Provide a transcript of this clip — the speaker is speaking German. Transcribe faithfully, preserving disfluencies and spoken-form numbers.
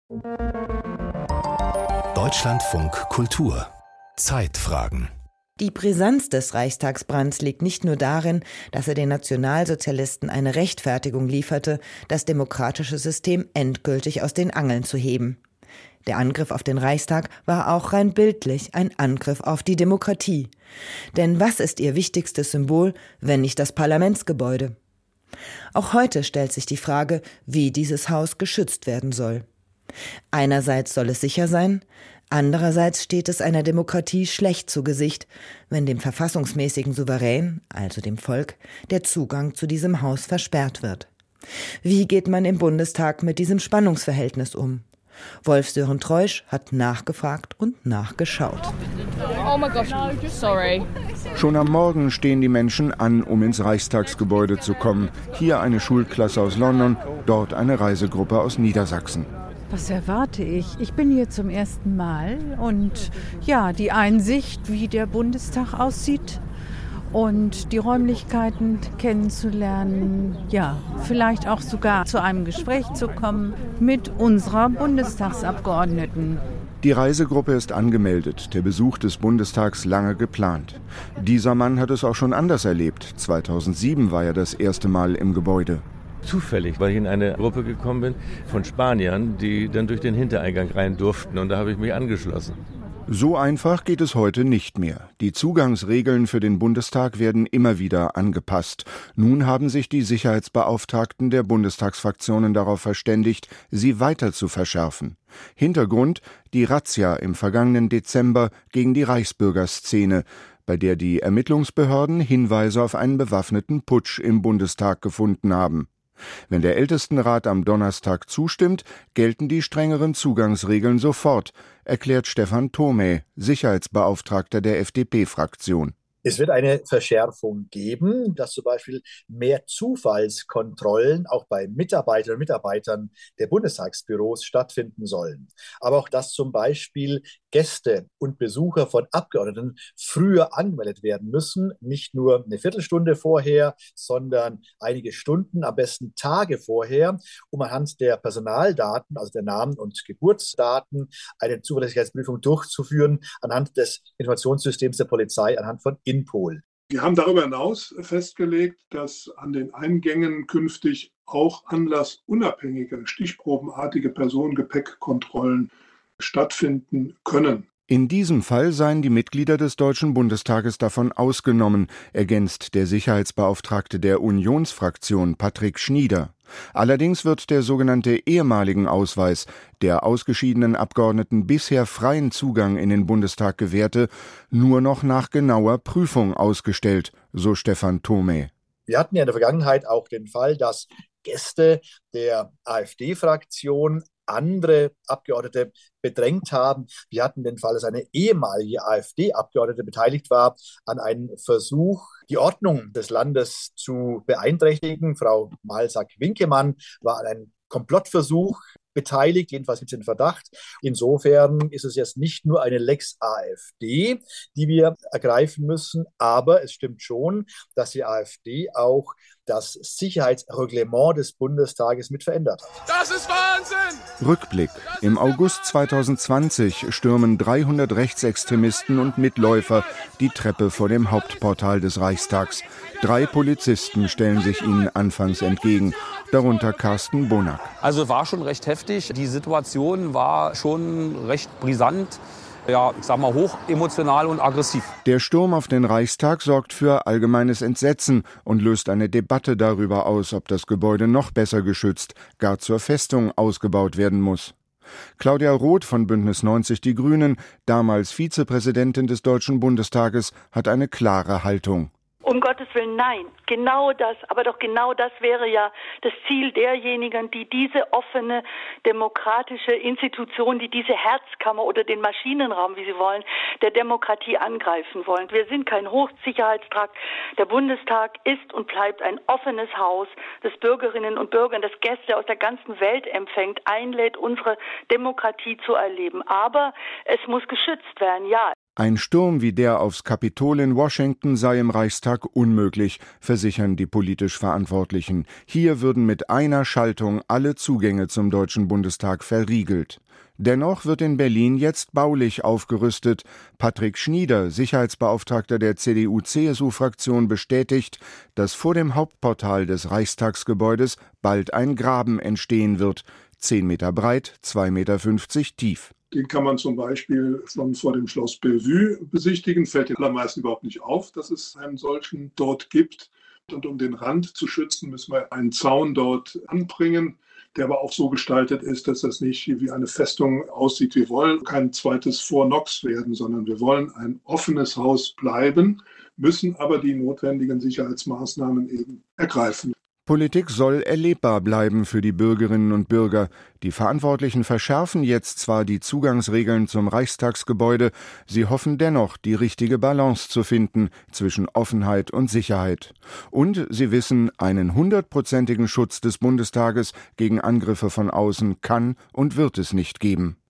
Deutschlandfunk Kultur Zeitfragen. Die Brisanz des Reichstagsbrands liegt nicht nur darin, dass er den Nationalsozialisten eine Rechtfertigung lieferte, das demokratische System endgültig aus den Angeln zu heben. Der Angriff auf den Reichstag war auch rein bildlich ein Angriff auf die Demokratie. Denn was ist ihr wichtigstes Symbol, wenn nicht das Parlamentsgebäude? Auch heute stellt sich die Frage, wie dieses Haus geschützt werden soll. Einerseits soll es sicher sein, andererseits steht es einer Demokratie schlecht zu Gesicht, wenn dem verfassungsmäßigen Souverän, also dem Volk, der Zugang zu diesem Haus versperrt wird. Wie geht man im Bundestag mit diesem Spannungsverhältnis um? Wolf-Sören Treusch hat nachgefragt und nachgeschaut. Oh my gosh, sorry. Schon am Morgen stehen die Menschen an, um ins Reichstagsgebäude zu kommen. Hier eine Schulklasse aus London, dort eine Reisegruppe aus Niedersachsen. Was erwarte ich? Ich bin hier zum ersten Mal und ja, die Einsicht, wie der Bundestag aussieht und die Räumlichkeiten kennenzulernen, ja, vielleicht auch sogar zu einem Gespräch zu kommen mit unserer Bundestagsabgeordneten. Die Reisegruppe ist angemeldet, der Besuch des Bundestags lange geplant. Dieser Mann hat es auch schon anders erlebt. zweitausendsieben war er das erste Mal im Gebäude. Zufällig, weil ich in eine Gruppe gekommen bin von Spaniern, die dann durch den Hintereingang rein durften, und da habe ich mich angeschlossen. So einfach geht es heute nicht mehr. Die Zugangsregeln für den Bundestag werden immer wieder angepasst. Nun haben sich die Sicherheitsbeauftragten der Bundestagsfraktionen darauf verständigt, sie weiter zu verschärfen. Hintergrund: die Razzia im vergangenen Dezember gegen die Reichsbürgerszene, bei der die Ermittlungsbehörden Hinweise auf einen bewaffneten Putsch im Bundestag gefunden haben. Wenn der Ältestenrat am Donnerstag zustimmt, gelten die strengeren Zugangsregeln sofort, erklärt Stefan Thome, Sicherheitsbeauftragter der F D P-Fraktion. Es wird eine Verschärfung geben, dass zum Beispiel mehr Zufallskontrollen auch bei Mitarbeiterinnen und Mitarbeitern der Bundestagsbüros stattfinden sollen. Aber auch, dass zum Beispiel Gäste und Besucher von Abgeordneten früher angemeldet werden müssen, nicht nur eine Viertelstunde vorher, sondern einige Stunden, am besten Tage vorher, um anhand der Personaldaten, also der Namen und Geburtsdaten, eine Zuverlässigkeitsprüfung durchzuführen, anhand des Informationssystems der Polizei, anhand von InPol. Wir haben darüber hinaus festgelegt, dass an den Eingängen künftig auch anlassunabhängige, stichprobenartige Personengepäckkontrollen stattfinden können. In diesem Fall seien die Mitglieder des Deutschen Bundestages davon ausgenommen, ergänzt der Sicherheitsbeauftragte der Unionsfraktion Patrick Schnieder. Allerdings wird der sogenannte ehemaligen Ausweis, der ausgeschiedenen Abgeordneten bisher freien Zugang in den Bundestag gewährte, nur noch nach genauer Prüfung ausgestellt, so Stefan Thome. Wir hatten ja in der Vergangenheit auch den Fall, dass Gäste der AfD-Fraktion andere Abgeordnete bedrängt haben. Wir hatten den Fall, dass eine ehemalige AfD-Abgeordnete beteiligt war an einem Versuch, die Ordnung des Landes zu beeinträchtigen. Frau Malsack-Winkemann war an einem Komplottversuch beteiligt, jedenfalls gibt es den Verdacht. Insofern ist es jetzt nicht nur eine Lex AfD, die wir ergreifen müssen, aber es stimmt schon, dass die AfD auch das Sicherheitsreglement des Bundestages mit verändert hat. Das ist Wahnsinn! Rückblick. Im August zweitausendzwanzig stürmen dreihundert Rechtsextremisten und Mitläufer die Treppe vor dem Hauptportal des Reichstags. Drei Polizisten stellen sich ihnen anfangs entgegen, darunter Carsten Bonack. Also war schon recht heftig. Die Situation war schon recht brisant. Ja, ich sag mal, hoch emotional und aggressiv. Der Sturm auf den Reichstag sorgt für allgemeines Entsetzen und löst eine Debatte darüber aus, ob das Gebäude noch besser geschützt, gar zur Festung ausgebaut werden muss. Claudia Roth von Bündnis neunzig Die Grünen, damals Vizepräsidentin des Deutschen Bundestages, hat eine klare Haltung. Um Gottes Willen, nein. Genau das, aber doch genau das wäre ja das Ziel derjenigen, die diese offene, demokratische Institution, die diese Herzkammer oder den Maschinenraum, wie sie wollen, der Demokratie angreifen wollen. Wir sind kein Hochsicherheitstrakt. Der Bundestag ist und bleibt ein offenes Haus, das Bürgerinnen und Bürger, das Gäste aus der ganzen Welt empfängt, einlädt, unsere Demokratie zu erleben. Aber es muss geschützt werden, ja. Ein Sturm wie der aufs Kapitol in Washington sei im Reichstag unmöglich, versichern die politisch Verantwortlichen. Hier würden mit einer Schaltung alle Zugänge zum Deutschen Bundestag verriegelt. Dennoch wird in Berlin jetzt baulich aufgerüstet. Patrick Schnieder, Sicherheitsbeauftragter der C D U C S U-Fraktion, bestätigt, dass vor dem Hauptportal des Reichstagsgebäudes bald ein Graben entstehen wird. Zehn Meter breit, zwei Meter fünfzig tief. Den kann man zum Beispiel von vor dem Schloss Bellevue besichtigen. Fällt den allermeisten überhaupt nicht auf, dass es einen solchen dort gibt. Und um den Rand zu schützen, müssen wir einen Zaun dort anbringen, der aber auch so gestaltet ist, dass das nicht wie eine Festung aussieht. Wir wollen kein zweites Fort Knox werden, sondern wir wollen ein offenes Haus bleiben, müssen aber die notwendigen Sicherheitsmaßnahmen eben ergreifen. Politik soll erlebbar bleiben für die Bürgerinnen und Bürger. Die Verantwortlichen verschärfen jetzt zwar die Zugangsregeln zum Reichstagsgebäude, sie hoffen dennoch, die richtige Balance zu finden zwischen Offenheit und Sicherheit. Und sie wissen, einen hundertprozentigen Schutz des Bundestages gegen Angriffe von außen kann und wird es nicht geben.